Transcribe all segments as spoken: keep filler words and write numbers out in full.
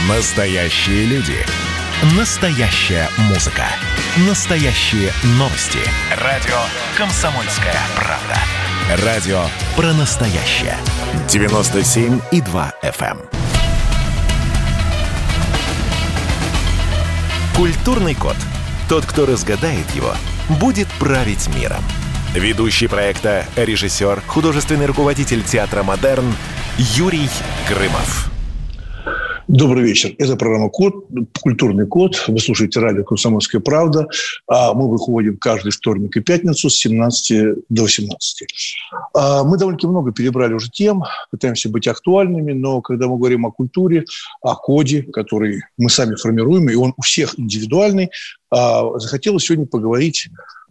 Настоящие люди. Настоящая музыка. Настоящие новости. Радио «Комсомольская правда». Радио про настоящее. девяносто семь и два эф эм. Культурный код. Тот, кто разгадает его, будет править миром. Ведущий проекта, режиссер, художественный руководитель театра «Модерн» Юрий Грымов. Добрый вечер. Это программа «Код», «Культурный код». Вы слушаете радио «Комсомольская правда». А мы выходим каждый вторник и пятницу с семнадцати до восемнадцати. А мы довольно-таки много перебрали уже тем, пытаемся быть актуальными, но когда мы говорим о культуре, о коде, который мы сами формируем, и он у всех индивидуальный, захотелось сегодня поговорить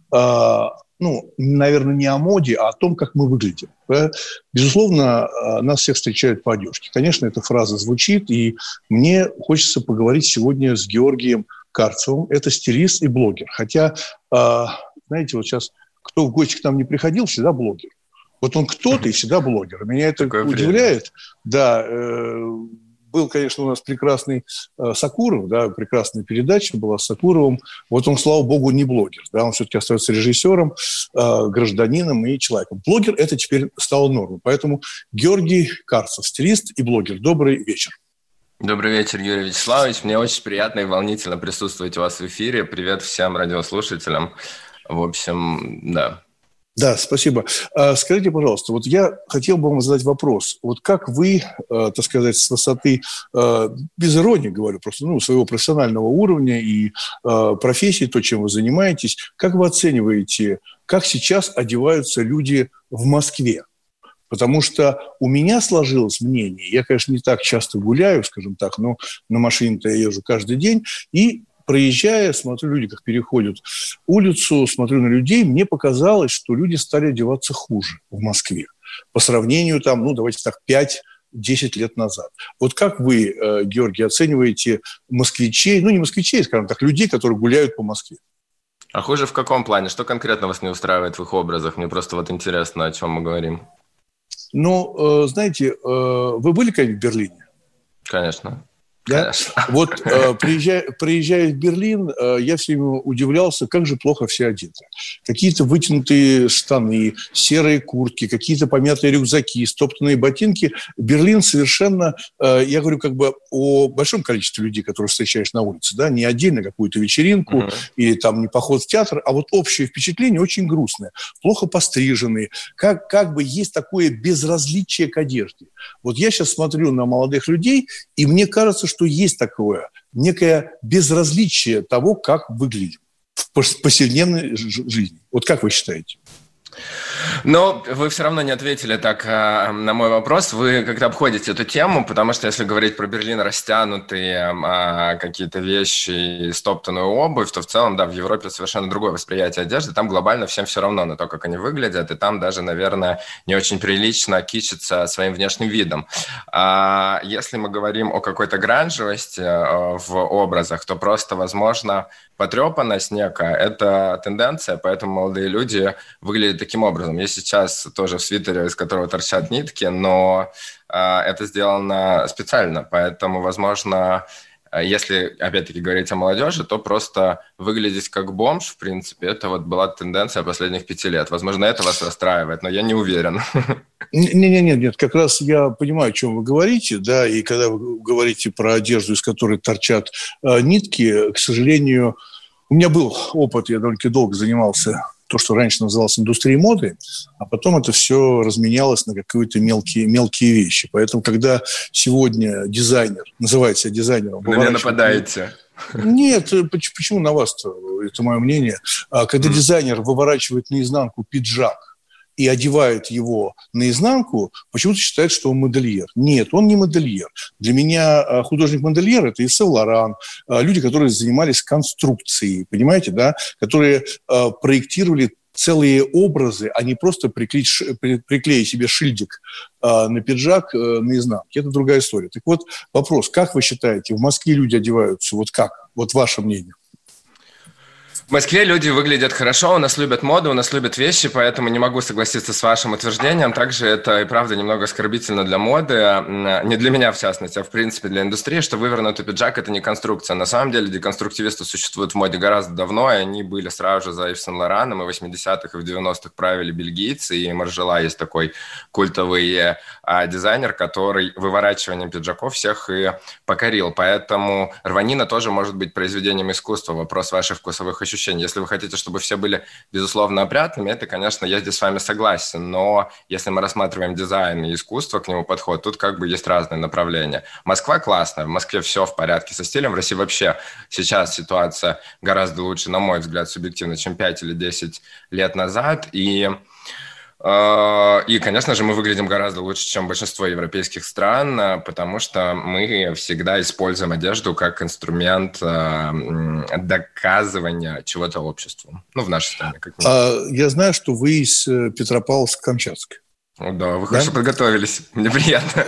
ну, наверное, не о моде, а о том, как мы выглядим. Да? Безусловно, нас всех встречают по одежке. Конечно, эта фраза звучит, и мне хочется поговорить сегодня с Георгием Карцевым. Это стилист и блогер. Хотя, знаете, вот сейчас кто в гости к нам не приходил, всегда блогер. Вот он кто-то и всегда блогер. Меня это Какое удивляет. Да, был, конечно, у нас прекрасный э, Сакуров, да, прекрасная передача была с Сакуровым. Вот он, слава богу, не блогер. Да, он все-таки остается режиссером, э, гражданином и человеком. Блогер – это теперь стало нормой. Поэтому Георгий Карцев, стилист и блогер. Добрый вечер. Добрый вечер, Юрий Вячеславович. Мне очень приятно и волнительно присутствовать у вас в эфире. Привет всем радиослушателям. В общем, да. Да, спасибо. Скажите, пожалуйста, вот я хотел бы вам задать вопрос. Вот как вы, так сказать, с высоты, без иронии говорю, просто ну, своего профессионального уровня и профессии, то, чем вы занимаетесь, как вы оцениваете, как сейчас одеваются люди в Москве? Потому что у меня сложилось мнение, я, конечно, не так часто гуляю, скажем так, но на машине-то я езжу каждый день, и проезжая, смотрю, люди как переходят улицу, смотрю на людей, мне показалось, что люди стали одеваться хуже в Москве по сравнению, там, ну, давайте так, пять-десять лет назад. Вот как вы, Георгий, оцениваете москвичей, ну, не москвичей, скажем так, людей, которые гуляют по Москве? А хуже в каком плане? Что конкретно вас не устраивает в их образах? Мне просто вот интересно, о чем мы говорим. Ну, знаете, вы были когда-нибудь в Берлине? Конечно. Да? Вот э, приезжая, приезжая в Берлин, э, я все время удивлялся, как же плохо все одеты. Какие-то вытянутые штаны, серые куртки, какие-то помятые рюкзаки, стоптанные ботинки. Берлин совершенно, э, я говорю как бы о большом количестве людей, которые встречаешь на улице, да, не отдельно какую-то вечеринку uh-huh. или там не поход в театр, а вот общее впечатление очень грустное. Плохо постриженные, как, как бы есть такое безразличие к одежде. Вот я сейчас смотрю на молодых людей, и мне кажется, что есть такое некое безразличие того, как выглядим в повседневной жизни. Вот как вы считаете? Но вы все равно не ответили так а, на мой вопрос. Вы как-то обходите эту тему, потому что если говорить про Берлин, растянутые а, какие-то вещи, стоптанную обувь, то в целом, да, в Европе совершенно другое восприятие одежды. Там глобально всем все равно на то, как они выглядят, и там даже, наверное, не очень прилично кичиться своим внешним видом. А если мы говорим о какой-то гранжевости а, в образах, то просто, возможно, потрепанность некая – это тенденция, поэтому молодые люди выглядят таким образом. Я сейчас тоже в свитере, из которого торчат нитки, но э, это сделано специально, поэтому, возможно, если, опять-таки, говорить о молодежи, то просто выглядеть как бомж, в принципе, это вот была тенденция последних пяти лет. Возможно, это вас расстраивает, но я не уверен. Нет-нет-нет, нет, как раз я понимаю, о чем вы говорите, да, и когда вы говорите про одежду, из которой торчат э, нитки, к сожалению, у меня был опыт, я довольно-таки долго занимался то, что раньше называлось индустрией моды, а потом это все разменялось на какие-то мелкие, мелкие вещи. Поэтому, когда сегодня дизайнер, называет себя дизайнером... Вы на меня нападаете. Нет, почему на вас-то? Это мое мнение. Когда mm. дизайнер выворачивает наизнанку пиджак и одевает его наизнанку, почему-то считает, что он модельер. Нет, он не модельер. Для меня художник-модельер – это и Сен Лоран, люди, которые занимались конструкцией, понимаете, да, которые проектировали целые образы, а не просто приклеить, приклеить себе шильдик на пиджак наизнанке. Это другая история. Так вот, вопрос, как вы считаете, в Москве люди одеваются вот как? Вот ваше мнение. В Москве люди выглядят хорошо, у нас любят моду, у нас любят вещи, поэтому не могу согласиться с вашим утверждением. Также это и правда немного оскорбительно для моды, не для меня в частности, а в принципе для индустрии, что вывернутый пиджак – это не конструкция. На самом деле деконструктивисты существуют в моде гораздо давно, и они были сразу же за Ив Сен-Лораном, и в восьмидесятых, и в девяностых правили бельгийцы, и Маржела есть такой культовый дизайнер, который выворачиванием пиджаков всех и покорил. Поэтому рванина тоже может быть произведением искусства. Вопрос ваших вкусовых ощущений. Если вы хотите, чтобы все были, безусловно, опрятными, это, конечно, я здесь с вами согласен. Но если мы рассматриваем дизайн и искусство, к нему подход, тут как бы есть разные направления. Москва классная, в Москве все в порядке со стилем. В России вообще сейчас ситуация гораздо лучше, на мой взгляд, субъективно, чем пять или десять лет назад. И... И, конечно же, мы выглядим гораздо лучше, чем большинство европейских стран, потому что мы всегда используем одежду как инструмент доказывания чего-то обществу. Ну, в нашей стране. Как а, я знаю, что вы из Петропавловска-Камчатска. Да, вы хорошо да? подготовились. Мне приятно.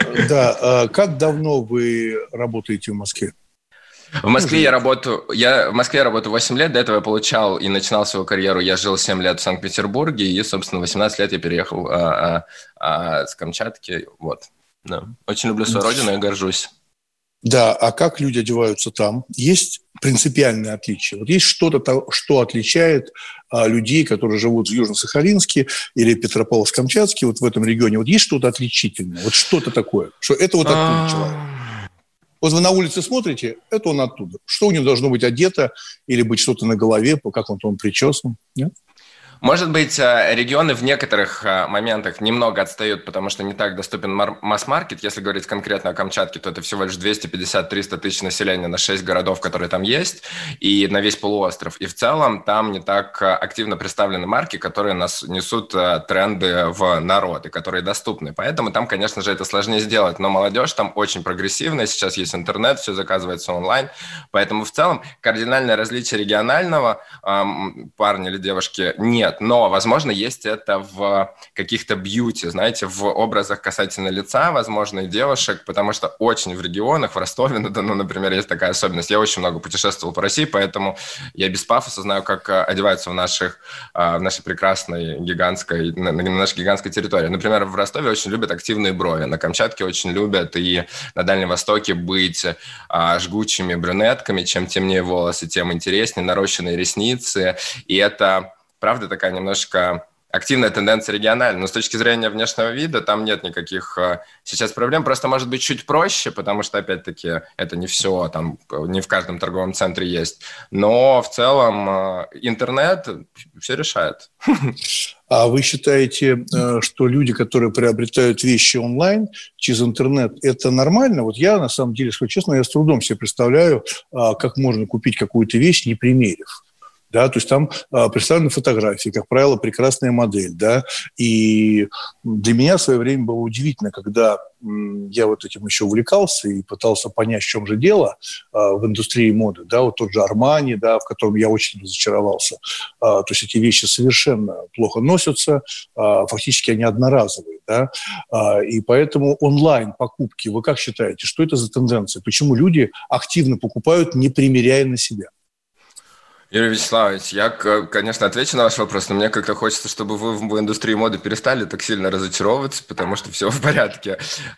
Да. Как давно вы работаете в Москве? В Москве я работаю, я в Москве я работаю восемь лет, до этого я получал и начинал свою карьеру, я жил семь лет в Санкт-Петербурге, и, собственно, восемнадцать лет я переехал а, а, а, с Камчатки, вот. Да. Очень люблю свою родину и горжусь. Да, а как люди одеваются там? Есть принципиальные отличия? Вот есть что-то, что отличает а, людей, которые живут в Южно-Сахалинске или Петропавловск-Камчатске, вот в этом регионе, вот есть что-то отличительное, вот что-то такое, что это вот оттуда человек? Вот вы на улице смотрите, это он оттуда. Что у него должно быть одето или быть что-то на голове, как он, он причесан? Нет? Может быть, регионы в некоторых моментах немного отстают, потому что не так доступен масс-маркет. Если говорить конкретно о Камчатке, то это всего лишь двести пятьдесят - триста тысяч населения на шесть городов, которые там есть, и на весь полуостров. И в целом там не так активно представлены марки, которые нас несут тренды в народ и которые доступны. Поэтому там, конечно же, это сложнее сделать. Но молодежь там очень прогрессивная. Сейчас есть интернет, все заказывается онлайн. Поэтому в целом кардинальное различие регионального парня или девушки нет. Но, возможно, есть это в каких-то бьюти, знаете, в образах касательно лица, возможно, и девушек, потому что очень в регионах, в Ростове-на-Дону, например, есть такая особенность. Я очень много путешествовал по России, поэтому я без пафоса знаю, как одеваются в, наших, в нашей прекрасной гигантской, на нашей гигантской территории. Например, в Ростове очень любят активные брови, на Камчатке очень любят, и на Дальнем Востоке быть жгучими брюнетками. Чем темнее волосы, тем интереснее, нарощенные ресницы, и это... Правда, такая немножко активная тенденция региональная. Но с точки зрения внешнего вида там нет никаких сейчас проблем. Просто может быть чуть проще, потому что, опять-таки, это не все, там не в каждом торговом центре есть. Но в целом интернет все решает. А вы считаете, что люди, которые приобретают вещи онлайн через интернет, это нормально? Вот я, на самом деле, скажу честно, я с трудом себе представляю, как можно купить какую-то вещь, не примерив. Да, то есть там а, представлены фотографии, как правило, прекрасная модель, да, и для меня в свое время было удивительно, когда м, я вот этим еще увлекался и пытался понять, в чем же дело а, в индустрии моды, да, вот тот же Армани, да, в котором я очень разочаровался, а, то есть эти вещи совершенно плохо носятся, а, фактически они одноразовые, да, а, и поэтому онлайн-покупки, вы как считаете, что это за тенденция? Почему люди активно покупают, не примеряя на себя? Юрий Вячеславович, я, конечно, отвечу на ваш вопрос, но мне как-то хочется, чтобы вы в индустрии моды перестали так сильно разочаровываться, потому что все в порядке.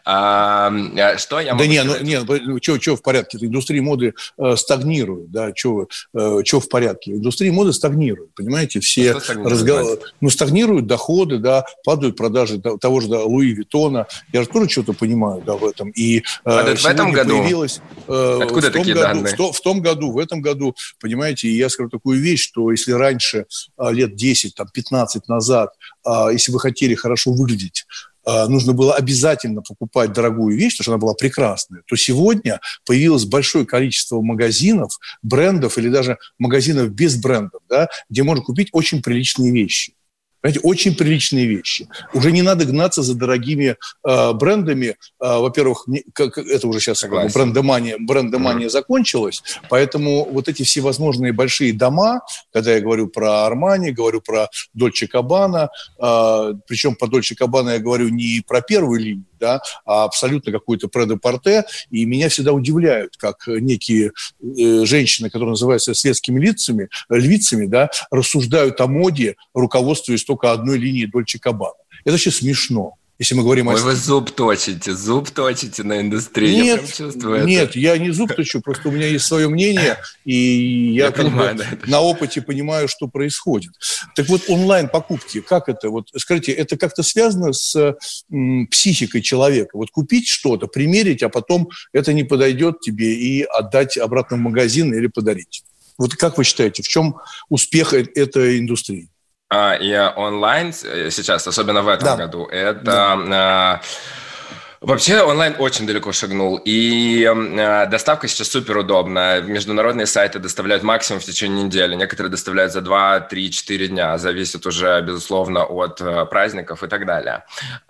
А, что я могу Да не, сказать? ну, не, ну что в порядке? Индустрия моды э, стагнирует, да, что э, в порядке? Индустрия моды стагнирует, понимаете? Все разговоры, ну, стагнируют доходы, да, падают продажи того же да, Луи Виттона. Я же тоже что-то понимаю, да, в этом. И э, в этом году? Появилось, э, Откуда в том такие году, данные? В, то, в том году, в этом году, понимаете, и я скажу такую вещь, что если раньше, лет десять, там, пятнадцать назад, если вы хотели хорошо выглядеть, нужно было обязательно покупать дорогую вещь, потому что она была прекрасная, то сегодня появилось большое количество магазинов, брендов или даже магазинов без брендов, да, где можно купить очень приличные вещи. Знаете, очень приличные вещи. Уже не надо гнаться за дорогими э, брендами. Э, во-первых, не, как, это уже сейчас брендомания, брендомания mm-hmm. закончилась, поэтому вот эти всевозможные большие дома, когда я говорю про Армани, говорю про Дольче Габбана, э, причем по Дольче Габбана я говорю не про первую линию, да, а абсолютно какую-то предо-порте, и меня всегда удивляют, как некие э, женщины, которые называются светскими лицами, львицами, да, рассуждают о моде, руководствуясь только одной линии Дольче Габбана. Это вообще смешно. Если мы говорим Ой, о... вы зуб точите, зуб точите на индустрии. Нет, я прям чувствую нет, это. я не зуб точу, просто у меня есть свое мнение, и я, я как понимаю, бы да, на опыте понимаю, что происходит. Так вот, онлайн-покупки, как это? Вот, скажите, это как-то связано с м, психикой человека? Вот купить что-то, примерить, а потом это не подойдет тебе и отдать обратно в магазин или подарить. Вот как вы считаете, в чем успех этой индустрии? И онлайн сейчас, особенно в этом да. году, это... Да. Вообще онлайн очень далеко шагнул, и э, доставка сейчас супер удобна. Международные сайты доставляют максимум в течение недели, некоторые доставляют за два, три, четыре дня, зависит уже, безусловно, от э, праздников и так далее.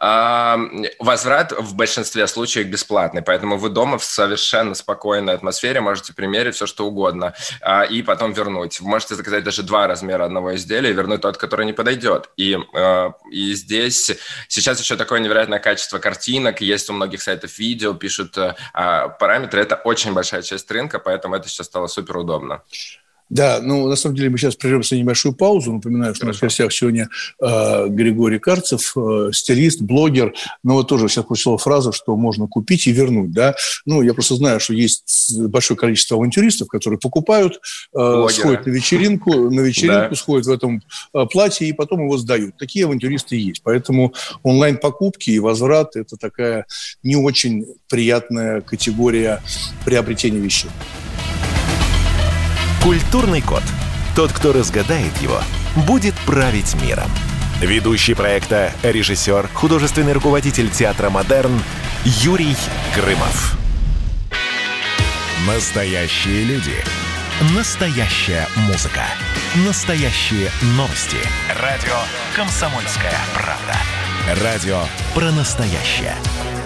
Э, возврат в большинстве случаев бесплатный, поэтому вы дома в совершенно спокойной атмосфере можете примерить все, что угодно, э, и потом вернуть. Вы можете заказать даже два размера одного изделия и вернуть тот, который не подойдет. И, э, и здесь сейчас еще такое невероятное качество картинок, есть у многих сайтов видео, пишут а, параметры. Это очень большая часть рынка, поэтому это сейчас стало супер удобно. Да, ну, на самом деле мы сейчас прервемся на небольшую паузу. Напоминаю, что Хорошо. У нас в гостях сегодня э, Григорий Карцев, э, стилист, блогер. Но вот тоже сейчас прочитал фразу, что можно купить и вернуть, да. Ну, я просто знаю, что есть большое количество авантюристов, которые покупают, э, сходят на вечеринку, на вечеринку, да. сходят в этом э, платье и потом его сдают. Такие авантюристы есть. Поэтому онлайн-покупки и возврат – это такая не очень приятная категория приобретения вещей. Культурный код. Тот, кто разгадает его, будет править миром. Ведущий проекта, режиссер, художественный руководитель театра «Модерн» Юрий Грымов. Настоящие люди. Настоящая музыка. Настоящие новости. Радио «Комсомольская правда». Радио про настоящее.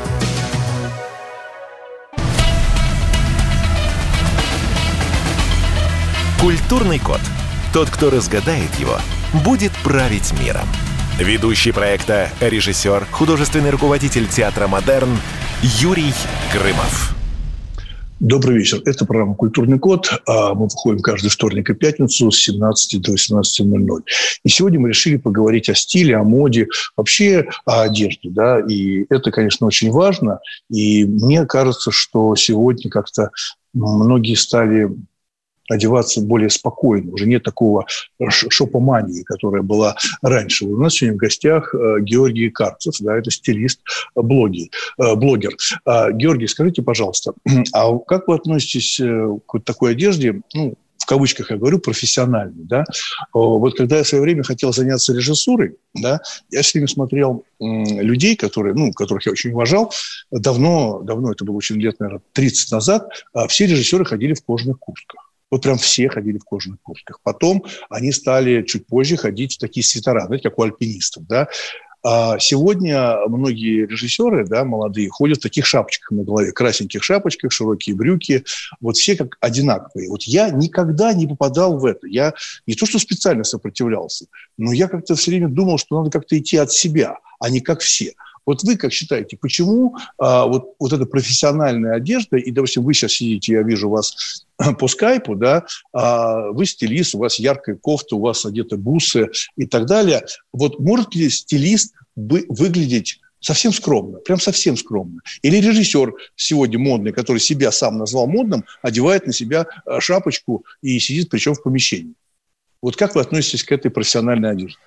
Культурный код. Тот, кто разгадает его, будет править миром. Ведущий проекта, режиссер, художественный руководитель театра «Модерн» Юрий Грымов. Добрый вечер. Это программа «Культурный код». Мы выходим каждый вторник и пятницу с семнадцати до восемнадцати ноль ноль. И сегодня мы решили поговорить о стиле, о моде, вообще о одежде. Да? И это, конечно, очень важно. И мне кажется, что сегодня как-то многие стали одеваться более спокойно. Уже нет такого шопомании, которая была раньше. У нас сегодня в гостях Георгий Карцев, да, это стилист, блогер. блогер. Георгий, скажите, пожалуйста, а как вы относитесь к такой одежде, ну, в кавычках я говорю, профессиональной, да? Вот когда я в свое время хотел заняться режиссурой, да, я все время смотрел людей, которые, ну, которых я очень уважал, давно, давно, это было очень лет, наверное, тридцать назад, все режиссеры ходили в кожаных куртках. Вот прям все ходили в кожаных куртках. Потом они стали чуть позже ходить в такие свитера, знаете, как у альпинистов, да. А сегодня многие режиссеры, да, молодые, ходят в таких шапочках на голове, красненьких шапочках, широкие брюки, вот все как одинаковые. Вот я никогда не попадал в это. Я не то, что специально сопротивлялся, но я как-то все время думал, что надо как-то идти от себя, а не как все. Вот вы как считаете, почему а, вот, вот эта профессиональная одежда, и, допустим, вы сейчас сидите, я вижу вас по скайпу, да, а вы стилист, у вас яркая кофта, у вас одеты бусы и так далее. Вот может ли стилист бы выглядеть совсем скромно, прям совсем скромно? Или режиссер сегодня модный, который себя сам назвал модным, одевает на себя шапочку и сидит причем в помещении? Вот как вы относитесь к этой профессиональной одежде?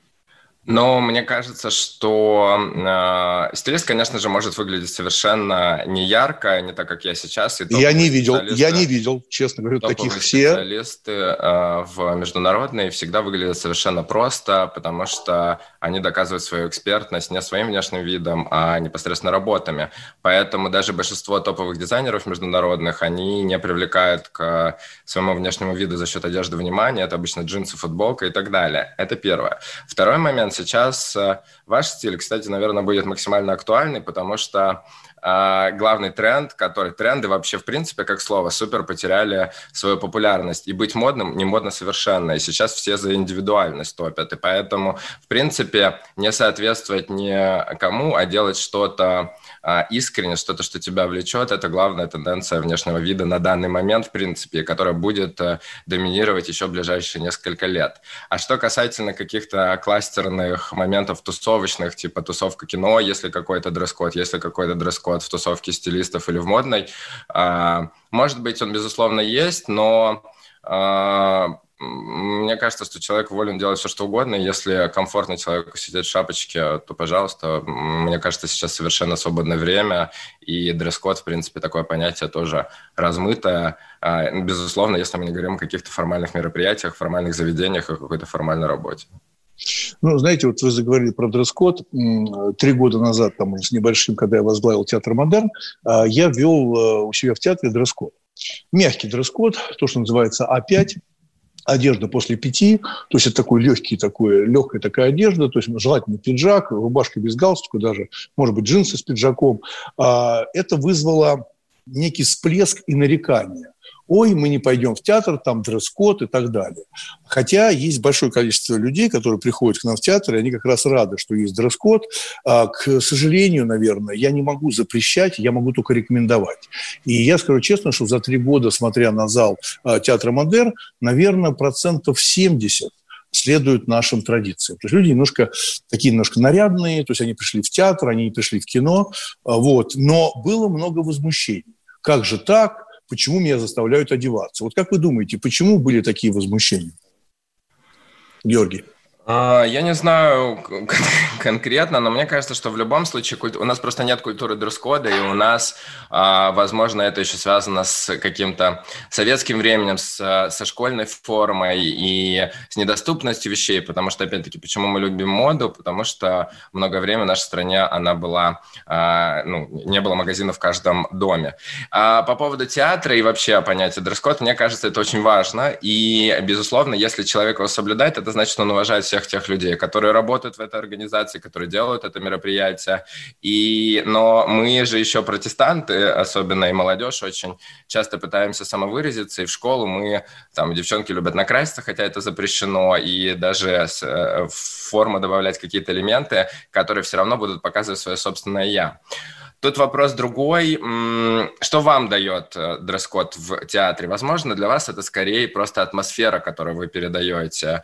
Но мне кажется, что э, стилист, конечно же, может выглядеть совершенно не ярко, не так, как я сейчас. И я не видел, я не видел, честно говоря, таких все. Специалисты э, в международные всегда выглядят совершенно просто, потому что они доказывают свою экспертность не своим внешним видом, а непосредственно работами. Поэтому даже большинство топовых дизайнеров международных, они не привлекают к своему внешнему виду за счет одежды внимания. Это обычно джинсы, футболка и так далее. Это первое. Второй момент сейчас ваш стиль, кстати, наверное, будет максимально актуальный, потому что э, главный тренд, который тренды вообще, в принципе, как слово, супер потеряли свою популярность. И быть модным не модно совершенно. И сейчас все за индивидуальность топят. И поэтому, в принципе, не соответствовать никому, а делать что-то э, искренне, что-то, что тебя влечет, это главная тенденция внешнего вида на данный момент, в принципе, которая будет э, доминировать еще в ближайшие несколько лет. А что касательно каких-то кластерных моментов тусовочных, типа тусовка кино, если какой-то дресс-код, если какой-то дресс-код в тусовке стилистов или в модной, может быть, он, безусловно, есть, но мне кажется, что человек волен делать все, что угодно. Если комфортно человеку сидеть в шапочке, то, пожалуйста. Мне кажется, сейчас совершенно свободное время, и дресс-код, в принципе, такое понятие тоже размытое. Безусловно, если мы не говорим о каких-то формальных мероприятиях, формальных заведениях и какой-то формальной работе. Ну, знаете, вот вы заговорили про дресс-код. Три года назад, там, с небольшим, когда я возглавил театр «Модерн», я ввел у себя в театре дресс-код. Мягкий дресс-код, то, что называется А пять, одежда после пяти, то есть это такой легкий, такой, легкая такая одежда, то есть желательно пиджак, рубашка без галстука даже, может быть, джинсы с пиджаком. Это вызвало некий всплеск и нарекания. Ой, мы не пойдем в театр, там дресс-код и так далее. Хотя есть большое количество людей, которые приходят к нам в театр, и они как раз рады, что есть дресс-код. А, к сожалению, наверное, я не могу запрещать, я могу только рекомендовать. И я скажу честно, что за три года, смотря на зал а, театра «Модерн», наверное, процентов семьдесят следуют нашим традициям. То есть люди немножко такие немножко нарядные, то есть они пришли в театр, они пришли в кино, вот. Но было много возмущений. Как же так? Почему меня заставляют одеваться? Вот как вы думаете, почему были такие возмущения? Георгий. Я не знаю конкретно, но мне кажется, что в любом случае у нас просто нет культуры дресс-кода, и у нас, возможно, это еще связано с каким-то советским временем, с, со школьной формой и с недоступностью вещей, потому что, опять-таки, почему мы любим моду? Потому что много времени в нашей стране она была, ну, не было магазинов в каждом доме. А по поводу театра и вообще понятия дресс-код, мне кажется, это очень важно, и, безусловно, если человек его соблюдает, это значит, он уважает всех всех тех людей, которые работают в этой организации, которые делают это мероприятие. И, но мы же еще протестанты, особенно и молодежь, очень часто пытаемся самовыразиться, и в школу мы, там, девчонки любят накраситься, хотя это запрещено, и даже в форму добавлять какие-то элементы, которые все равно будут показывать свое собственное «я». Тут вопрос другой. Что вам дает дресс-код в театре? Возможно, для вас это скорее просто атмосфера, которую вы передаете.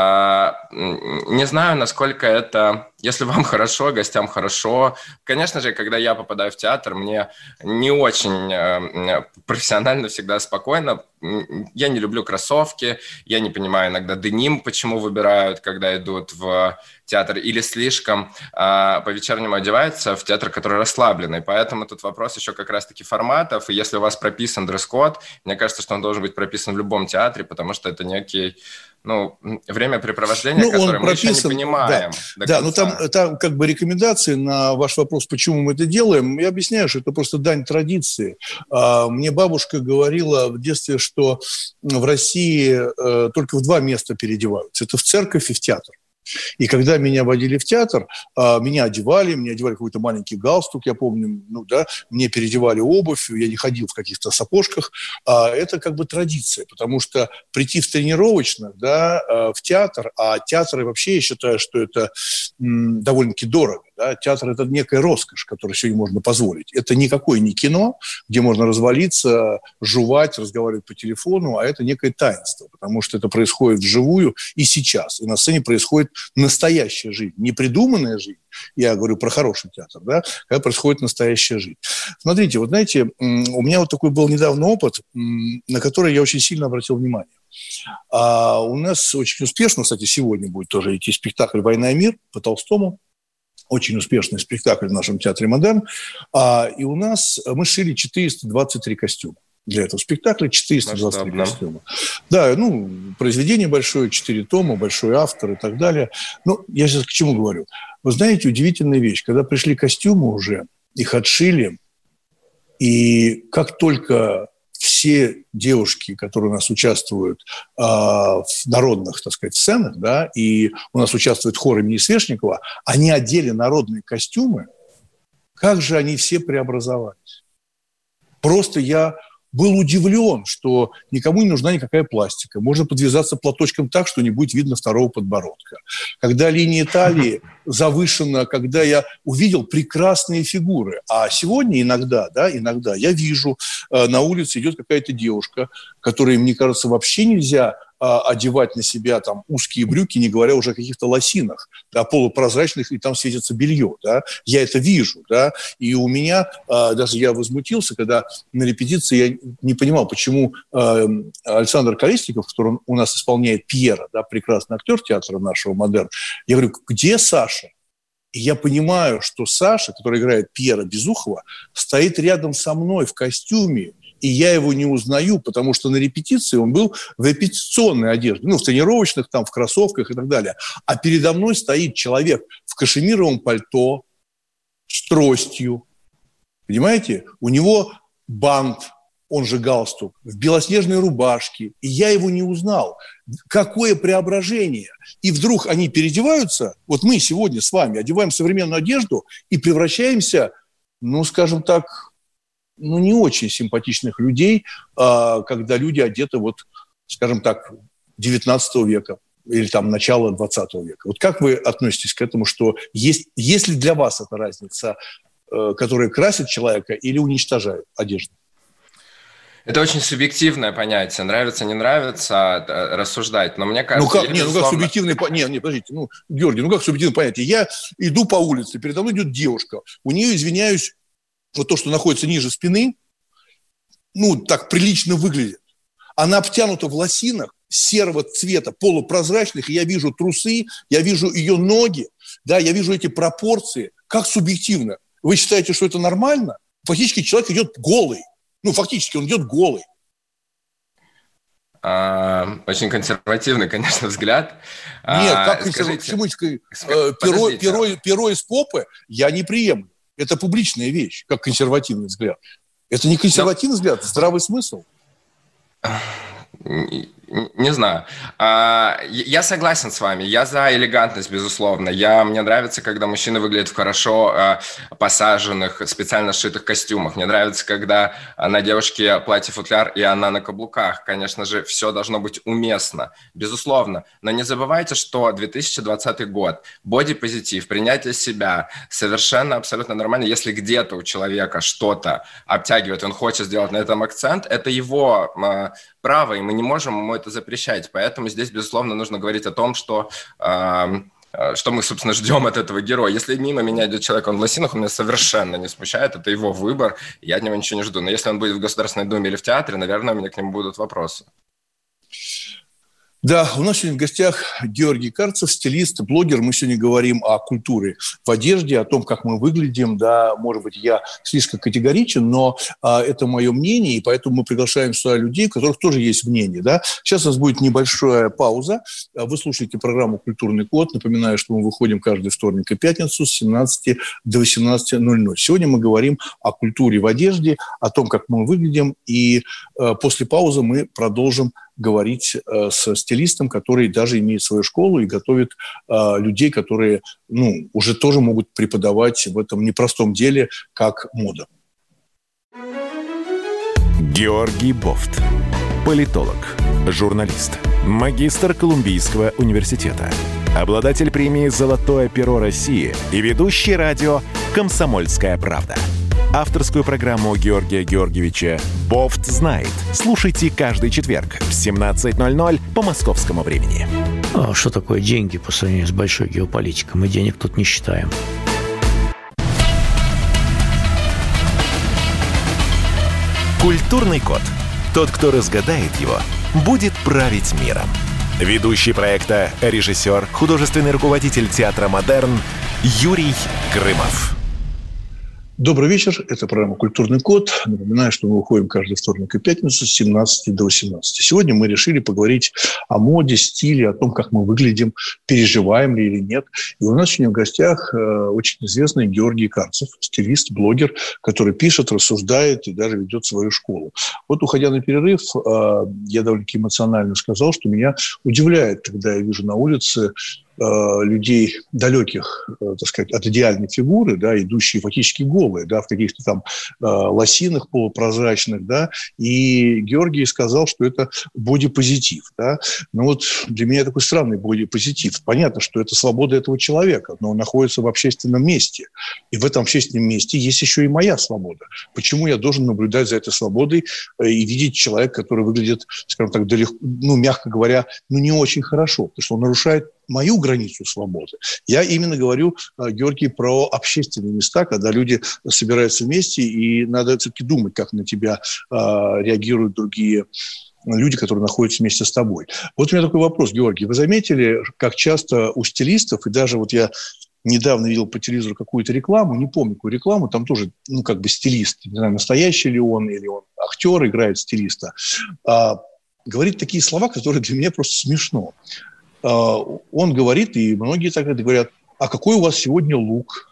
Не знаю, насколько это... Если вам хорошо, гостям хорошо. Конечно же, когда я попадаю в театр, мне не очень профессионально всегда спокойно. Я не люблю кроссовки, я не понимаю иногда деним, почему выбирают, когда идут в театр, или слишком а, по-вечернему одеваются в театр, который расслабленный. Поэтому тут вопрос еще как раз-таки форматов. И если у вас прописан дресс-код, мне кажется, что он должен быть прописан в любом театре, потому что это некий... Ну, времяпрепровождение, ну, которое мы прописан, еще не понимаем. Да, да, но там, там как бы рекомендации на ваш вопрос, почему мы это делаем, я объясняю, что это просто дань традиции. Мне бабушка говорила в детстве, что в России только в два места переодеваются. Это в церковь и в театр. И когда меня водили в театр, меня одевали, мне одевали какой-то маленький галстук, я помню, ну да, мне переодевали обувь, я не ходил в каких-то сапожках. Это как бы традиция, потому что прийти в тренировочных, да, в театр, а театр вообще, я считаю, что это довольно-таки дорого. Да? Театр – это некая роскошь, которую сегодня можно позволить. Это никакое не кино, где можно развалиться, жевать, разговаривать по телефону, а это некое таинство, потому что это происходит вживую и сейчас. И на сцене происходит настоящая жизнь, не придуманная жизнь. Я говорю про хороший театр, да, когда происходит настоящая жизнь. Смотрите, вот знаете, у меня вот такой был недавно опыт, на который я очень сильно обратил внимание. А у нас очень успешно, кстати, сегодня будет тоже идти спектакль «Война и мир» по Толстому. Очень успешный спектакль в нашем театре «Модерн». А, и у нас мы шили четыреста двадцать три костюма для этого спектакля, четыреста двадцать три костюма. Да, ну, произведение большое, четыре тома, большой автор и так далее. Ну, я сейчас к чему говорю? Вы знаете, удивительная вещь. Когда пришли костюмы уже, их отшили, и как только все девушки, которые у нас участвуют э, в народных, так сказать, сценах, да, и у нас участвует хор имени Свешникова, они одели народные костюмы, как же они все преобразовались. Просто я был удивлен, что никому не нужна никакая пластика. Можно подвязаться платочком так, что не будет видно второго подбородка. Когда линия талии завышена, когда я увидел прекрасные фигуры. А сегодня иногда, да, иногда я вижу, э, на улице идет какая-то девушка, которой, мне кажется, вообще нельзя одевать на себя там узкие брюки, не говоря уже о каких-то лосинах, да, полупрозрачных, и там светится белье, да, я это вижу, да, и у меня, э, даже я возмутился, когда на репетиции я не понимал, почему э, Александр Колесников, который у нас исполняет Пьера, да, прекрасный актер театра нашего «Модерн», я говорю, где Саша? И я понимаю, что Саша, который играет Пьера Безухова, стоит рядом со мной в костюме, и я его не узнаю, потому что на репетиции он был в репетиционной одежде, ну, в тренировочных, там, в кроссовках и так далее. А передо мной стоит человек в кашемировом пальто, с тростью. Понимаете? У него бант, он же галстук, в белоснежной рубашке. И я его не узнал. Какое преображение! И вдруг они переодеваются. Вот мы сегодня с вами одеваем современную одежду и превращаемся, ну, скажем так, ну, не очень симпатичных людей, когда люди одеты, вот, скажем так, девятнадцатого века или там начала двадцатого века. Вот как вы относитесь к этому, что есть, есть ли для вас эта разница, которая красит человека или уничтожает одежду? Это очень субъективное понятие. Нравится, не нравится, рассуждать. Но мне кажется... Ну как, не, ну как субъективное понятие? Нет, нет, подождите. Ну, Георгий, ну как субъективное понятие? Я иду по улице, передо мной идет девушка. У нее, извиняюсь, вот то, что находится ниже спины, ну, так прилично выглядит. Она обтянута в лосинах серого цвета, полупрозрачных, и я вижу трусы, я вижу ее ноги, да, я вижу эти пропорции. Как субъективно? Вы считаете, что это нормально? Фактически человек идет голый. Ну, фактически он идет голый. А, очень консервативный, конечно, взгляд. Нет, как консервативный? Перо, перо, перо из попы я не приемлю. Это публичная вещь, как консервативный взгляд. Это не консервативный Но... взгляд, это здравый смысл. Не знаю. Я согласен с вами. Я за элегантность, безусловно. Я, мне нравится, когда мужчины выглядят в хорошо посаженных, специально сшитых костюмах. Мне нравится, когда на девушке платье-футляр, и она на каблуках. Конечно же, все должно быть уместно. Безусловно. Но не забывайте, что две тысячи двадцатый год. Бодипозитив, принятие себя совершенно абсолютно нормально. Если где-то у человека что-то обтягивает, он хочет сделать на этом акцент, это его право, и мы не можем ему это запрещать. Поэтому здесь, безусловно, нужно говорить о том, что, э, что мы, собственно, ждем от этого героя. Если мимо меня идет человек, он в лосинах, он меня совершенно не смущает, это его выбор, я от него ничего не жду. Но если он будет в Государственной Думе или в театре, наверное, у меня к нему будут вопросы. Да, у нас сегодня в гостях Георгий Карцев, стилист, блогер. Мы сегодня говорим о культуре в одежде, о том, как мы выглядим. Да, может быть, я слишком категоричен, но а, это мое мнение, и поэтому мы приглашаем сюда людей, у которых тоже есть мнение. Да. Сейчас у нас будет небольшая пауза. Вы слушаете программу «Культурный код». Напоминаю, что мы выходим каждый вторник и пятницу с семнадцати до восемнадцати ноль ноль. Сегодня мы говорим о культуре в одежде, о том, как мы выглядим, и а, после паузы мы продолжим говорить э, с стилистом, который даже имеет свою школу и готовит э, людей, которые, ну, уже тоже могут преподавать в этом непростом деле, как мода. Георгий Бофт. Политолог, журналист, магистр Колумбийского университета, обладатель премии «Золотое перо России» и ведущий радио «Комсомольская правда». Авторскую программу Георгия Георгиевича «Бофт знает». Слушайте каждый четверг в семнадцать ноль ноль по московскому времени. А что такое деньги по сравнению с большой геополитикой? Мы денег тут не считаем. Культурный код. Тот, кто разгадает его, будет править миром. Ведущий проекта, режиссер, художественный руководитель театра «Модерн» Юрий Грымов. Добрый вечер. Это программа «Культурный код». Напоминаю, что мы выходим каждый вторник и пятницу с семнадцати до восемнадцати. Сегодня мы решили поговорить о моде, стиле, о том, как мы выглядим, переживаем ли или нет. И у нас сегодня в гостях э, очень известный Георгий Карцев, стилист, блогер, который пишет, рассуждает и даже ведет свою школу. Вот, уходя на перерыв, э, я довольно-таки эмоционально сказал, что меня удивляет, когда я вижу на улице людей далеких, так сказать, от идеальной фигуры, да, идущие фактически голые, да, в каких-то там э, лосинах полупрозрачных, да, и Георгий сказал, что это бодипозитив, да. Ну вот для меня такой странный бодипозитив. Понятно, что это свобода этого человека, но он находится в общественном месте, и в этом общественном месте есть еще и моя свобода. Почему я должен наблюдать за этой свободой и видеть человека, который выглядит, скажем так, далеко, ну, мягко говоря, ну, не очень хорошо, потому что он нарушает мою границу свободы. Я именно говорю, Георгий, про общественные места, когда люди собираются вместе, и надо все-таки думать, как на тебя э, реагируют другие люди, которые находятся вместе с тобой. Вот у меня такой вопрос, Георгий. Вы заметили, как часто у стилистов, и даже вот я недавно видел по телевизору какую-то рекламу, не помню, какую рекламу, там тоже, ну, как бы стилист, не знаю, настоящий ли он, или он актер, играет стилиста, э, говорит такие слова, которые для меня просто смешно. Он говорит, и многие так говорят: а какой у вас сегодня лук?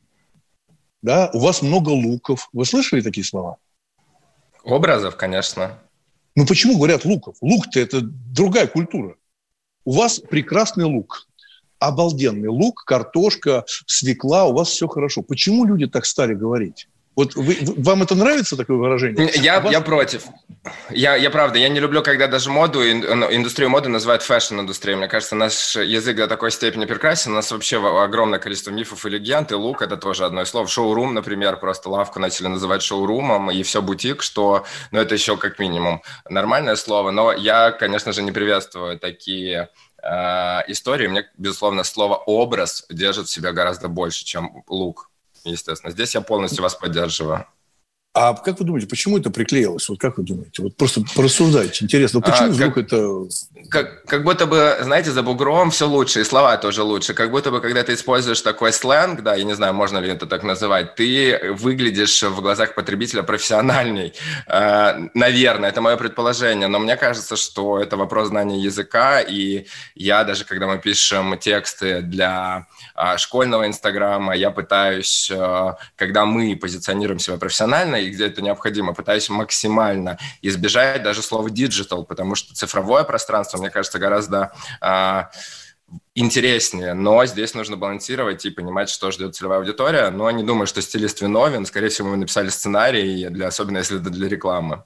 Да, у вас много луков. Вы слышали такие слова? Образов, конечно. Ну почему говорят луков? Лук-то это другая культура. У вас прекрасный лук. Обалденный лук, картошка, свекла, у вас все хорошо. Почему люди так стали говорить? Вот вы, вам это нравится, такое выражение? Я, вас... я против. Я, я правда, я не люблю, когда даже моду, индустрию моды называют фэшн-индустрией. Мне кажется, наш язык до такой степени прекрасен. У нас вообще огромное количество мифов и легенд, и лук – это тоже одно из слов. Шоурум, например, просто лавку начали называть шоурумом, и все бутик, что, ну, это еще как минимум нормальное слово. Но я, конечно же, не приветствую такие э, истории. Мне, безусловно, слово «образ» держит в себя гораздо больше, чем лук. Естественно. Здесь я полностью вас поддерживаю. А как вы думаете, почему это приклеилось? Вот как вы думаете? Вот просто порассуждайте. Интересно, почему а, вдруг как, это... Как, как будто бы, знаете, за бугром все лучше, и слова тоже лучше. Как будто бы, когда ты используешь такой сленг, да, я не знаю, можно ли это так называть, ты выглядишь в глазах потребителя профессиональней. Э, наверное, это мое предположение. Но мне кажется, что это вопрос знания языка. И я даже, когда мы пишем тексты для э, школьного Инстаграма, я пытаюсь, э, когда мы позиционируем себя профессионально, и где это необходимо, пытаюсь максимально избежать даже слова digital, потому что цифровое пространство, мне кажется, гораздо э, интереснее, но здесь нужно балансировать и понимать, что ждет целевая аудитория, но не думаю, что стилист виновен, скорее всего, мы написали сценарий, для, особенно если это для рекламы.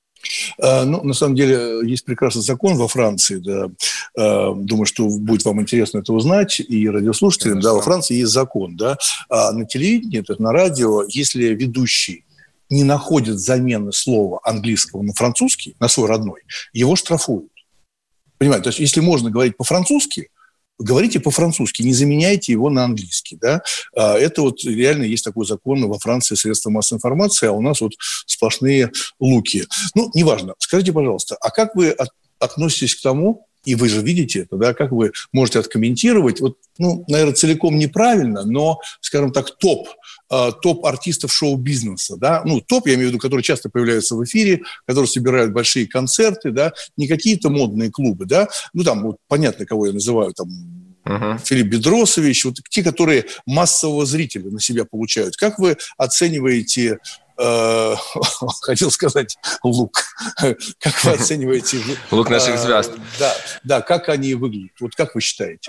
Ну, на самом деле, есть прекрасный закон во Франции, да. Думаю, что будет вам интересно это узнать, и радиослушателям, Конечно. Да, во Франции есть закон, да. А на телевидении, то есть на радио, если ведущий не находит замены слова английского на французский, на свой родной, его штрафуют. Понимаете? То есть, если можно говорить по-французски, говорите по-французски, не заменяйте его на английский. Да? Это вот реально есть такой закон во Франции, средства массовой информации, а у нас вот сплошные луки. Ну, неважно. Скажите, пожалуйста, а как вы от, относитесь к тому, и вы же видите это, да, как вы можете откомментировать, вот, ну, наверное, целиком неправильно, но, скажем так, топ, э, топ артистов шоу-бизнеса, да, ну, топ, я имею в виду, которые часто появляются в эфире, которые собирают большие концерты, да, не какие-то модные клубы, да, ну, там, вот, понятно, кого я называю, там, Uh-huh. Филипп Бедросович, вот те, которые массового зрителя на себя получают. Как вы оцениваете, э, хотел сказать, лук, как вы оцениваете... Лук наших звезд. Да, да, как они выглядят? Вот как вы считаете?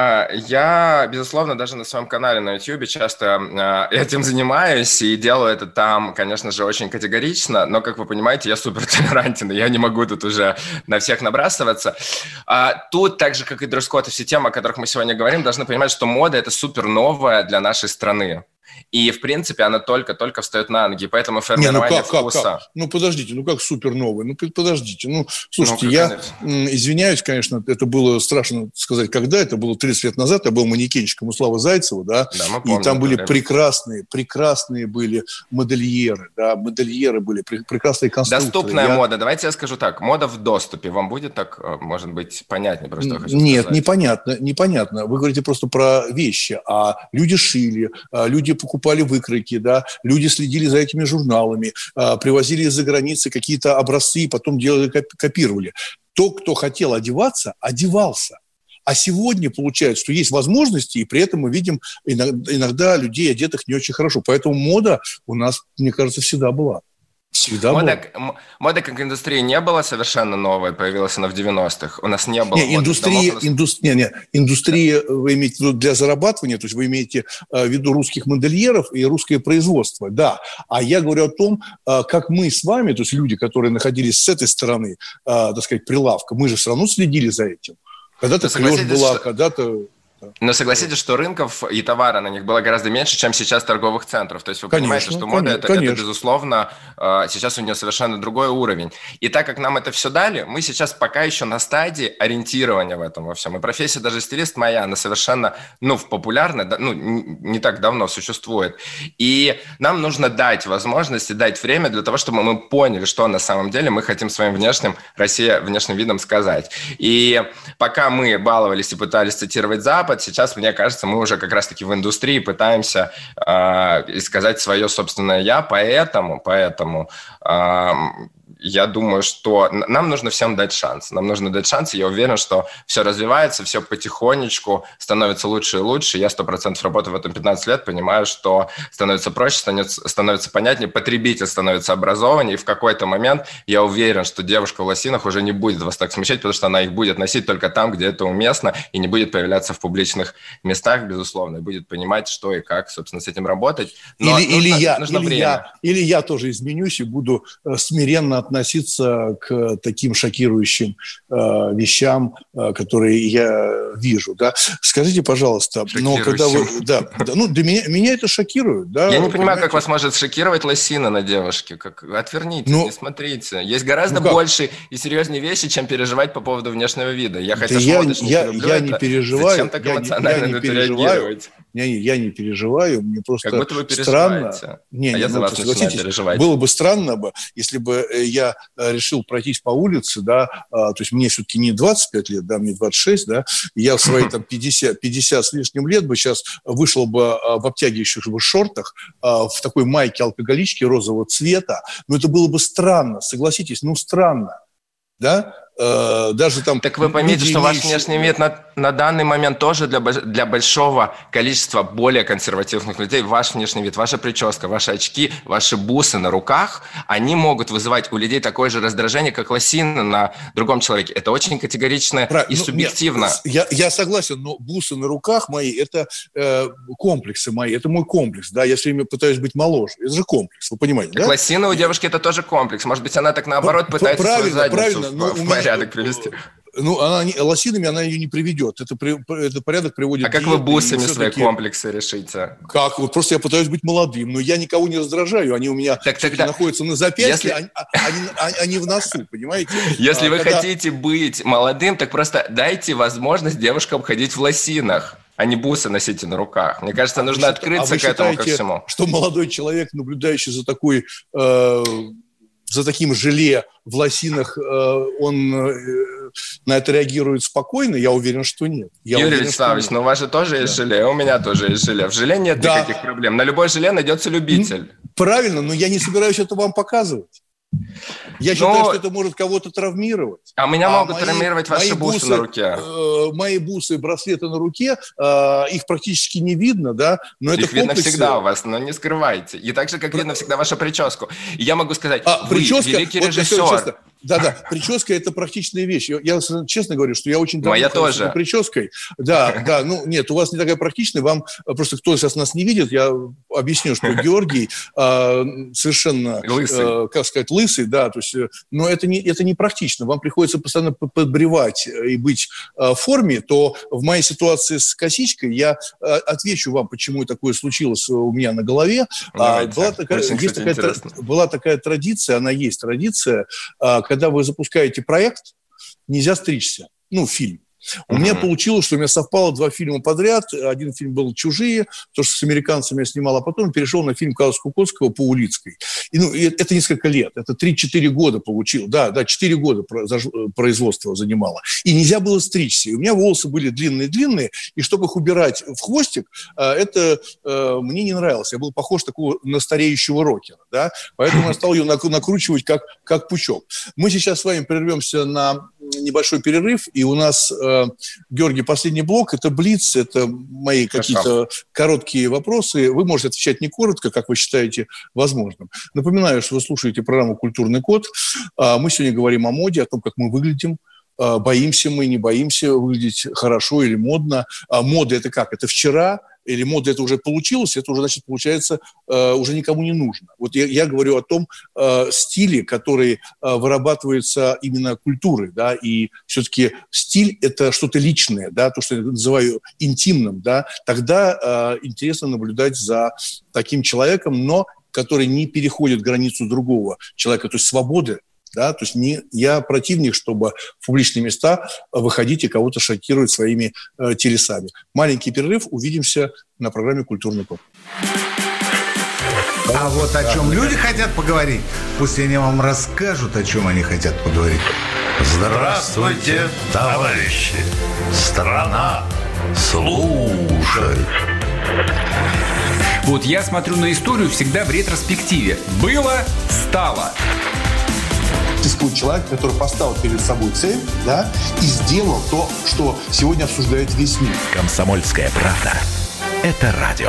Я, безусловно, даже на своем канале на YouTube часто этим занимаюсь и делаю это там, конечно же, очень категорично, но, как вы понимаете, я супертолерантен, и я не могу тут уже на всех набрасываться. Тут, так же, как и дресс-код и все темы, о которых мы сегодня говорим, должны понимать, что мода – это супер новая для нашей страны. И, в принципе, она только-только встает на ноги, поэтому формирование Не, ну как, вкуса... Как, как? Ну, подождите, ну как супер новый? Ну, подождите. Ну, слушайте, ну, я конечно. извиняюсь, конечно, это было страшно сказать, когда, это было тридцать лет назад, я был манекенщиком у Славы Зайцева, да, да мы помним, и там были прекрасные, прекрасные были модельеры, да, модельеры были, прекрасные конструкторы. Доступная я... мода, давайте я скажу так, мода в доступе, вам будет так, может быть, понятнее, просто я хочу Нет, сказать. непонятно, непонятно. Вы говорите просто про вещи, а люди шили, люди покупали выкройки, да, люди следили за этими журналами, привозили из-за границы какие-то образцы и потом делали, копировали. То, кто хотел одеваться, одевался. А сегодня получается, что есть возможности, и при этом мы видим иногда людей, одетых не очень хорошо. Поэтому мода у нас, мне кажется, всегда была. Всегда мода, была. Мода как индустрии не была совершенно новой, появилась она в девяностых. У нас не было... Не, индустрия, нас... индус... не, не, индустрия, вы имеете в виду для зарабатывания, то есть вы имеете в виду русских модельеров и русское производство, да. А я говорю о том, как мы с вами, то есть люди, которые находились с этой стороны, так сказать, прилавка, мы же все равно следили за этим. Когда-то клёш была, что... когда-то... Но согласитесь, что рынков и товара на них было гораздо меньше, чем сейчас торговых центров. То есть вы конечно, понимаете, что мода это, это, безусловно, сейчас у нее совершенно другой уровень. И так как нам это все дали, мы сейчас пока еще на стадии ориентирования в этом во всем. И профессия даже стилист моя, она совершенно, ну, популярна, ну, не так давно существует. И нам нужно дать возможность и дать время для того, чтобы мы поняли, что на самом деле мы хотим своим внешним, Россия, внешним видом сказать. И пока мы баловались и пытались цитировать Запад, сейчас, мне кажется, мы уже как раз-таки в индустрии пытаемся э, сказать свое собственное «я», поэтому, поэтому э, я думаю, что нам нужно всем дать шанс. Нам нужно дать шанс, и я уверен, что все развивается, все потихонечку становится лучше и лучше. Я сто процентов работаю в этом пятнадцать лет, понимаю, что становится проще, становится, становится понятнее, потребитель становится образованнее, и в какой-то момент я уверен, что девушка в лосинах уже не будет вас так смущать, потому что она их будет носить только там, где это уместно, и не будет появляться в публичных местах, безусловно, и будет понимать, что и как, собственно, с этим работать. Но или, нужно, или, я, нужно или, я, или я тоже изменюсь и буду смиренно относиться к таким шокирующим э, вещам, э, которые я вижу. Да? Скажите, пожалуйста, но когда вы, да, да, ну, для меня, меня это шокирует. Да, я не понимаю, как вас может шокировать лосина на девушке. Как... Отвернитесь, ну, не смотрите. Есть гораздо ну больше и серьезнее вещи, чем переживать по поводу внешнего вида. Я хотя я, смотришь, не я, люблю я это. не переживаю. Зачем так эмоционально на это реагировать? Я, я не переживаю, мне просто как будто вы странно. Не, не, а я ну, за вас начинаю переживать. Было бы странно, бы, если бы я решил пройтись по улице, да, то есть мне все-таки не двадцать пять лет, да, мне двадцать шесть, да, и я в свои там пятьдесят, пятьдесят с лишним лет бы сейчас вышел бы в обтягивающих бы шортах, в такой майке алкоголичке розового цвета, но это было бы странно, согласитесь, ну странно, да. Даже там... Так вы поймите, что ваш внешний вид на, на данный момент тоже для, для большого количества более консервативных людей, ваш внешний вид, ваша прическа, ваши очки, ваши бусы на руках, они могут вызывать у людей такое же раздражение, как лосины на другом человеке. Это очень категорично Правильно. и ну, субъективно. Нет, я, я согласен, но бусы на руках мои, это э, комплексы мои, это мой комплекс, да, я все время пытаюсь быть моложе. Это же комплекс, вы понимаете, так да? лосины у девушки это тоже комплекс. Может быть, она так наоборот пытается правильно, свою задницу правильно, в, в порядок привести. Ну, она не, лосинами она ее не приведет. Это, при, это порядок приводит... А как вы бусами свои комплексы решите? Как? Вот просто я пытаюсь быть молодым, но я никого не раздражаю. Они у меня так, тогда... находятся на запястье, Если... они, они, они в носу, понимаете? Если а, вы когда... хотите быть молодым, так просто дайте возможность девушкам ходить в лосинах, а не бусы носите на руках. Мне кажется, а нужно открыться а к этому считаете, ко всему. Что молодой человек, наблюдающий за такой... Э, за таким желе в лосинах, э, он э, на это реагирует спокойно? Я уверен, что нет. Я Юрий уверен, Вячеславович, но у вас же тоже да. есть желе, у меня тоже есть желе. В желе нет да. никаких проблем. На любой желе найдется любитель. Правильно, но я не собираюсь это вам показывать. Я но... считаю, что это может кого-то травмировать. А меня а могут мои, травмировать ваши бусы, бусы на руке. Э, мои бусы, браслеты на руке, э, их практически не видно, да? Но их это видно комплексы... всегда у вас, но не скрывайте. И так же, как Про... видно всегда вашу прическу. И я могу сказать, а, вы прическа, великий вот, режиссер. Да-да, прическа – это практичная вещь. Я, я честно говорю, что я очень давно Моя тоже. прической. Да, да, ну нет, у вас не такая практичная. Вам просто кто сейчас нас не видит, я объясню, что Георгий э, совершенно, э, как сказать, лысый, да, то есть, но это не, это не практично. Вам приходится постоянно подбревать и быть э, в форме, то в моей ситуации с косичкой я э, отвечу вам, почему такое случилось у меня на голове. А, была, такая, есть такая, была такая традиция, она есть традиция, э, когда вы запускаете проект, нельзя стричься, ну, фильм. У mm-hmm. меня получилось, что у меня совпало два фильма подряд. Один фильм был «Чужие», то, что с американцами я снимал, а потом перешел на фильм Карлса Кукоцкого по Улицкой. И, ну, это несколько лет, это три-четыре года получил. Да, да, четыре года производство занимало. И нельзя было стричься. И у меня волосы были длинные-длинные, и чтобы их убирать в хвостик, это мне не нравилось. Я был похож такого на стареющего рокера, да, поэтому я стал ее накручивать как, как пучок. Мы сейчас с вами прервемся на небольшой перерыв, и у нас, э, Георгий, последний блок, это блиц, это мои какие-то короткие вопросы. Вы можете отвечать не коротко, как вы считаете возможным. Напоминаю, что вы слушаете программу «Культурный код». Э, мы сегодня говорим о моде, о том, как мы выглядим. Э, боимся мы, не боимся выглядеть хорошо или модно. А мода – это как? Это вчера? Или мода это уже получилось, это уже, значит, получается, э, уже никому не нужно. Вот я, я говорю о том э, стиле, который э, вырабатывается именно культурой, да, и все-таки стиль – это что-то личное, да, то, что я называю интимным, да, тогда э, интересно наблюдать за таким человеком, но который не переходит границу другого человека, то есть свободы. Да, то есть не, я противник, чтобы в публичные места выходить и кого-то шокировать своими э, телесами. Маленький перерыв, увидимся на программе «Культурный код». А вот о чем люди хотят поговорить, пусть они вам расскажут, о чем они хотят поговорить. Здравствуйте, товарищи! Страна слушает! Вот я смотрю на историю всегда в ретроспективе. Было, стало. Существует человек, который поставил перед собой цель, да, и сделал то, что сегодня обсуждает весь мир. «Комсомольская правда» – это радио.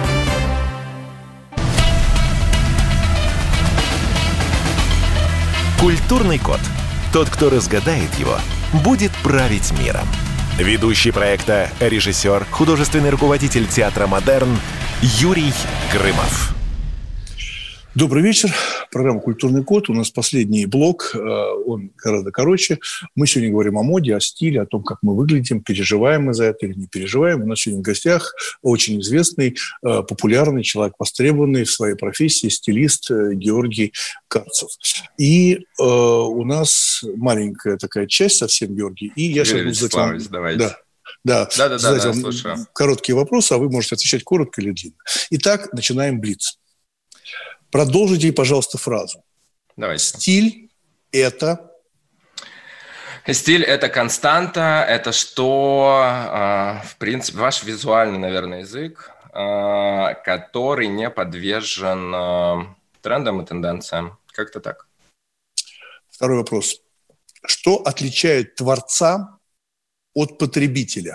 Культурный код. Тот, кто разгадает его, будет править миром. Ведущий проекта, режиссер, художественный руководитель театра «Модерн» Юрий Грымов. Добрый вечер. Программа «Культурный код». У нас последний блок, он гораздо короче. Мы сегодня говорим о моде, о стиле, о том, как мы выглядим, переживаем мы за это или не переживаем. У нас сегодня в гостях очень известный, популярный человек, востребованный в своей профессии, стилист Георгий Карцев. И э, у нас маленькая такая часть совсем, Георгий. И я Юрий сейчас буду задать вам... давайте. Да. Да, да, да, задать да, вам слушаю. Короткие вопросы, а вы можете отвечать коротко или длинно. Итак, начинаем блиц. Продолжите, пожалуйста, фразу. Давайте. Стиль – это… Стиль – это константа, это что, в принципе, ваш визуальный, наверное, язык, который не подвержен трендам и тенденциям. Как-то так. Второй вопрос. Что отличает творца от потребителя?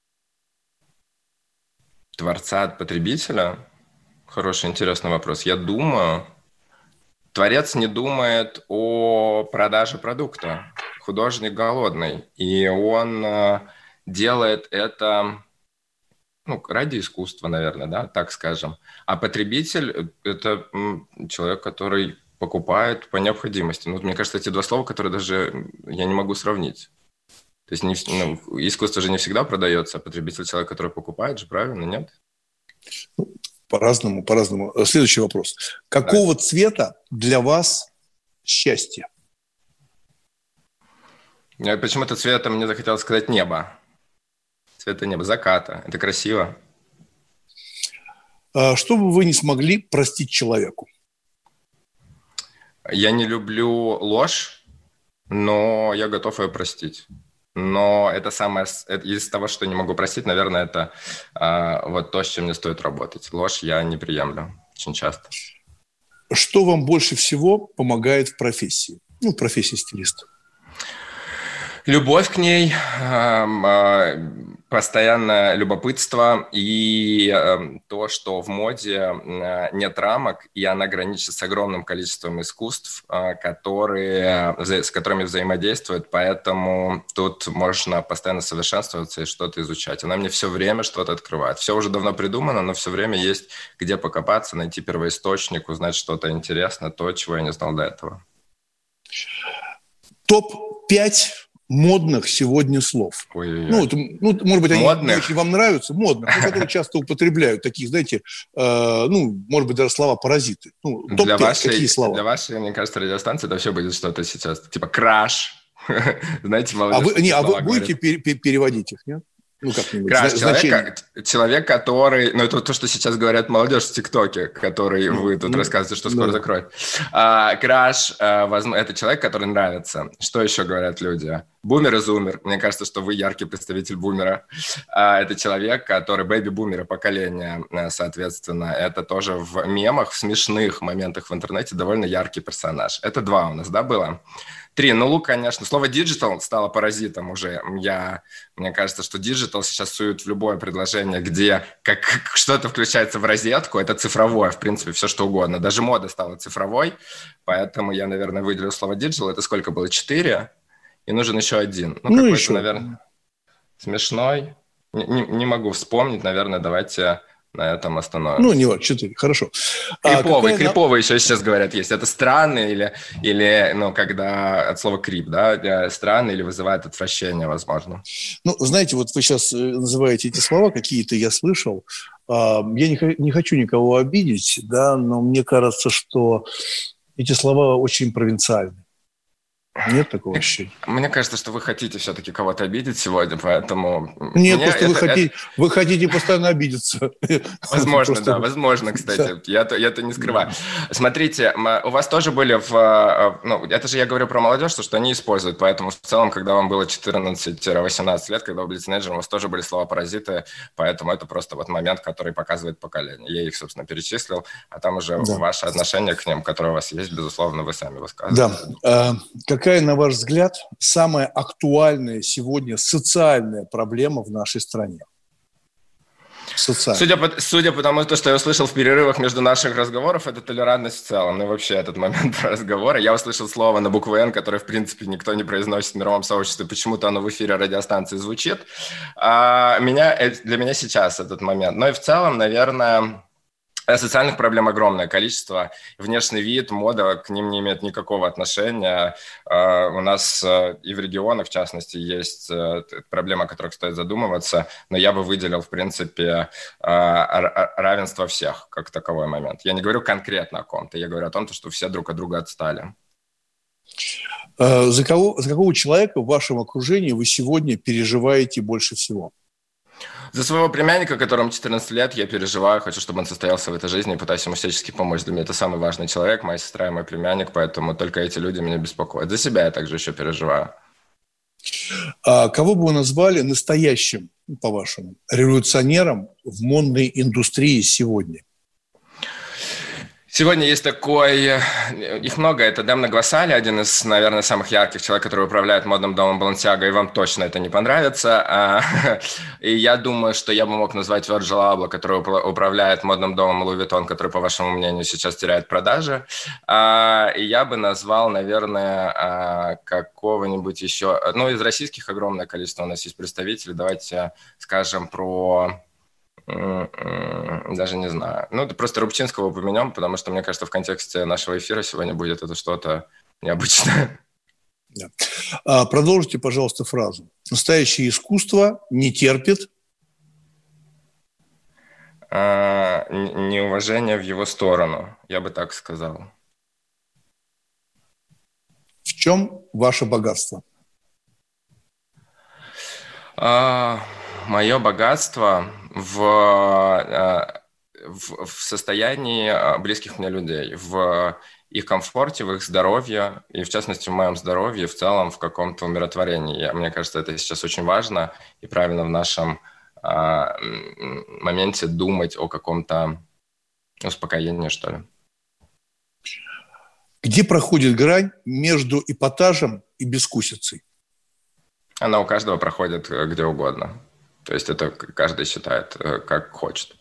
Творца от потребителя? Хороший, интересный вопрос. Я думаю, творец не думает о продаже продукта. Художник голодный. И он делает это, ну, ради искусства, наверное, да, так скажем. А потребитель – это человек, который покупает по необходимости. Ну, мне кажется, эти два слова, которые даже я не могу сравнить. То есть не, ну, искусство же не всегда продается, а потребитель – человек, который покупает же, правильно, нет? По-разному, по-разному. Следующий вопрос. Какого да. цвета для вас счастье? Почему-то цветом мне захотелось сказать небо. Цвета неба, заката. Это красиво. Что бы вы не смогли простить человеку? Я не люблю ложь, но я готов ее простить. Но это самое, из того, что не могу простить, наверное, это а, вот то, с чем мне стоит работать. Ложь я не приемлю очень часто. Что вам больше всего помогает в профессии? Ну, в профессии стилиста. Любовь к ней, постоянное любопытство и то, что в моде нет рамок, и она граничит с огромным количеством искусств, которые, с которыми взаимодействуют, поэтому тут можно постоянно совершенствоваться и что-то изучать. Она мне все время что-то открывает. Все уже давно придумано, но все время есть где покопаться, найти первоисточник, узнать что-то интересное, то, чего я не знал до этого. топ пять модных сегодня слов. Ой-ой-ой. Ну, это, ну, может быть, они модных? очень вам нравятся, модных, но которые часто употребляют, такие, знаете, э, ну, может быть, даже слова паразиты. Ну, топ пять, для вашей, какие слова? Для вашей, мне кажется, радиостанции это все будет что-то сейчас, типа краш, Знаете, молодежь... А вы, не, а вы говорит. будете пер- переводить их, нет? Ну, как-нибудь. Краш, Значение. человек, человек, который... Ну, это то, что сейчас говорят молодежь в ТикТоке, который ну, вы тут ну, рассказываете, что скоро ну. закроют. А, Краш, а, возможно, это человек, который нравится. Что еще говорят люди? Бумер и зумер. Мне кажется, что вы яркий представитель бумера. А, это человек, который бэби-бумера поколения, соответственно. Это тоже в мемах, в смешных моментах в интернете довольно яркий персонаж. Это два у нас, да, было? Три. Ну, лук, конечно. Слово digital стало паразитом уже. Я, мне кажется, что digital сейчас суют в любое предложение, где как что-то включается в розетку. Это цифровое, в принципе, все что угодно. Даже мода стала цифровой. Поэтому я, наверное, выделю слово digital. Это сколько было? Четыре? И нужен еще один. Ну, ну какой-то, еще. Наверное, смешной. Не, не, не могу вспомнить. Наверное, давайте... На этом остановимся. Ну, не вот, четыре, хорошо. Криповый, а криповый еще сейчас говорят есть. Это странный или, или, ну, когда от слова крип, да, странный или вызывает отвращение, возможно. Ну, знаете, вот вы сейчас называете эти слова, какие-то я слышал. Я не, не хочу никого обидеть, да, но мне кажется, что эти слова очень провинциальны. Нет такого ощущения? Мне кажется, что вы хотите все-таки кого-то обидеть сегодня, поэтому... Нет, просто это, вы, хотите, это... вы хотите постоянно обидеться. Возможно, просто... да, возможно, кстати. Я-то, я-то не скрываю. Смотрите, у вас тоже были в... Ну, это же я говорю про молодежь, что они используют, поэтому в целом, когда вам было четырнадцать-восемнадцать лет, когда вы были тинейджером, у вас тоже были слова-паразиты, поэтому это просто вот момент, который показывает поколение. Я их, собственно, перечислил, а там уже да. ваше отношение к ним, которое у вас есть, безусловно, вы сами высказываете. Да. Какая, на ваш взгляд, самая актуальная сегодня социальная проблема в нашей стране? Судя по, судя по тому, что я услышал в перерывах между наших разговоров, это толерантность в целом. Ну, вообще, этот момент про разговоры. Я услышал слово на букву «Н», которое, в принципе, никто не произносит в мировом сообществе. Почему-то оно в эфире радиостанции звучит. А меня, для меня сейчас этот момент. Но и в целом, наверное... Социальных проблем огромное количество. Внешний вид, мода к ним не имеет никакого отношения. У нас и в регионах, в частности, есть проблемы, о которых стоит задумываться, но я бы выделил, в принципе, равенство всех как таковой момент. Я не говорю конкретно о ком-то, я говорю о том, что все друг от друга отстали. За кого, за какого человека в вашем окружении вы сегодня переживаете больше всего? За своего племянника, которому четырнадцать лет, я переживаю, хочу, чтобы он состоялся в этой жизни и пытаюсь ему всячески помочь. Для меня это самый важный человек, моя сестра и мой племянник, поэтому только эти люди меня беспокоят. За себя я также еще переживаю. А кого бы вы назвали настоящим, по-вашему, революционером в модной индустрии сегодня? Сегодня есть такой, их много, это Демна Гвасали, один из, наверное, самых ярких человек, который управляет модным домом Balenciaga, и вам точно это не понравится. И я думаю, что я бы мог назвать Virgil Abloh, который управляет модным домом Louis Vuitton, который, по вашему мнению, сейчас теряет продажи. И я бы назвал, наверное, какого-нибудь еще, ну, из российских огромное количество у нас есть представителей. Давайте скажем про... Даже не знаю. Ну, просто Рубчинского упомянем, потому что, мне кажется, в контексте нашего эфира сегодня будет это что-то необычное. Да. А, продолжите, пожалуйста, фразу. Настоящее искусство не терпит... А, неуважение в его сторону, я бы так сказал. В чем ваше богатство? А, мое богатство... В, в, в состоянии близких мне людей, в их комфорте, в их здоровье, и в частности в моем здоровье, в целом в каком-то умиротворении. Мне кажется, это сейчас очень важно и правильно в нашем а, моменте думать о каком-то успокоении, что ли. Где проходит грань между эпатажем и бескусицей? Она у каждого проходит где угодно. То есть это каждый считает, как хочет.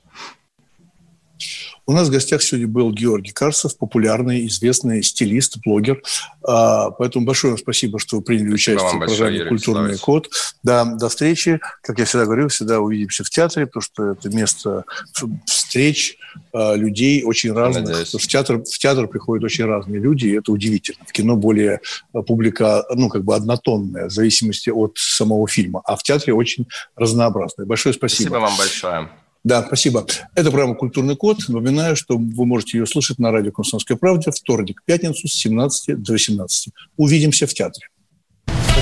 У нас в гостях сегодня был Георгий Карцев, популярный, известный стилист, блогер. Поэтому большое вам спасибо, что вы приняли спасибо участие в программе большое, «Культурный код». Да, до встречи. Как я всегда говорю, всегда увидимся в театре, потому что это место встреч людей очень разных. Надеюсь. В театр, в театр приходят очень разные люди, и это удивительно. В кино более публика, ну, как бы однотонная, в зависимости от самого фильма. А в театре очень разнообразная. Большое спасибо. Спасибо вам большое. Да, спасибо. Это программа «Культурный код». Напоминаю, что вы можете ее слышать на радио «Комсомольская правда» вторник, пятницу с семнадцати до восемнадцати. Увидимся в театре.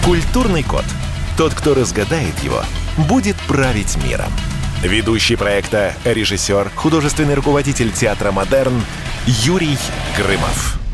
Культурный код. Тот, кто разгадает его, будет править миром. Ведущий проекта, режиссер, художественный руководитель театра «Модерн» Юрий Грымов.